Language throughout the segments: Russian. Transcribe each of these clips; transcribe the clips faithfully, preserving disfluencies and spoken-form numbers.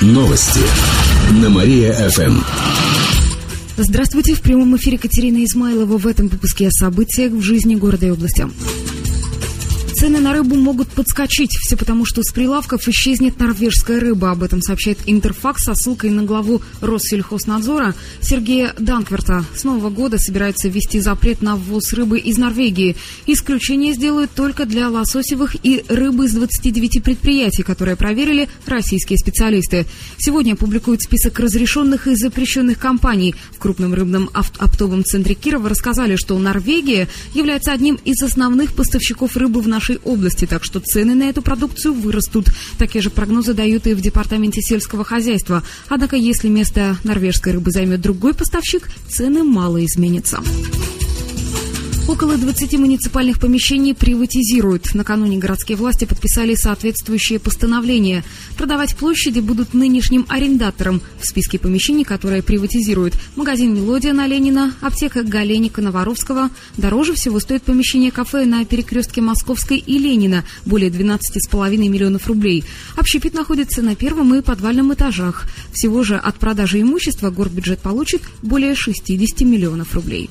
Новости на Мария-ФМ. Здравствуйте, в прямом эфире Катерина Измайлова. В этом выпуске о событиях в жизни города и области. Цены на рыбу могут подскочить. Все потому, что с прилавков исчезнет норвежская рыба. Об этом сообщает Интерфакс со ссылкой на главу Россельхознадзора Сергея Данкверта. С нового года собираются ввести запрет на ввоз рыбы из Норвегии. Исключение сделают только для лососевых и рыбы из двадцати девяти предприятий, которые проверили российские специалисты. Сегодня публикуют список разрешенных и запрещенных компаний. В крупном рыбном оптовом центре Кирова рассказали, что Норвегия является одним из основных поставщиков рыбы в нашей области, так что цены на эту продукцию вырастут. Такие же прогнозы дают и в департаменте сельского хозяйства. Однако, если место норвежской рыбы займет другой поставщик, цены мало изменятся. Около двадцати муниципальных помещений приватизируют. Накануне городские власти подписали соответствующее постановление. Продавать площади будут нынешним арендаторам. В списке помещений, которые приватизируют: магазин «Мелодия» на Ленина, аптека Галеника на Воровского. Дороже всего стоит помещение кафе на перекрестке Московской и Ленина, более двенадцати с половиной миллионов рублей. Общепит находится на первом и подвальном этажах. Всего же от продажи имущества горбюджет получит более шестидесяти миллионов рублей.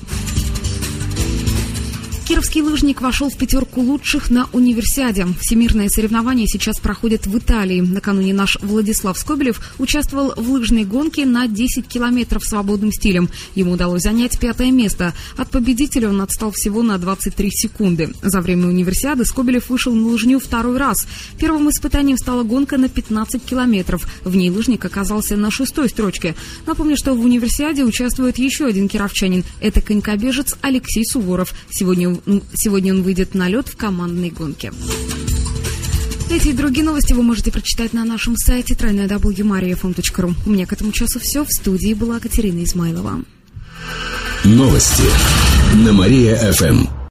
Кировский лыжник вошел в пятерку лучших на универсиаде. Всемирные соревнования сейчас проходят в Италии. Накануне наш Владислав Скобелев участвовал в лыжной гонке на десять километров свободным стилем. Ему удалось занять пятое место. От победителя он отстал всего на двадцать три секунды. За время универсиады Скобелев вышел на лыжню второй раз. Первым испытанием стала гонка на пятнадцать километров. В ней лыжник оказался на шестой строчке. Напомню, что в универсиаде участвует еще один кировчанин. Это конькобежец Алексей Суворов. Сегодня Сегодня он выйдет на лед в командной гонке. Эти и другие новости вы можете прочитать на нашем сайте дабл ю дабл ю дабл ю точка мария эф эм точка ру. У меня к этому часу все. В студии была Катерина Измайлова. Новости на Мария-ФМ.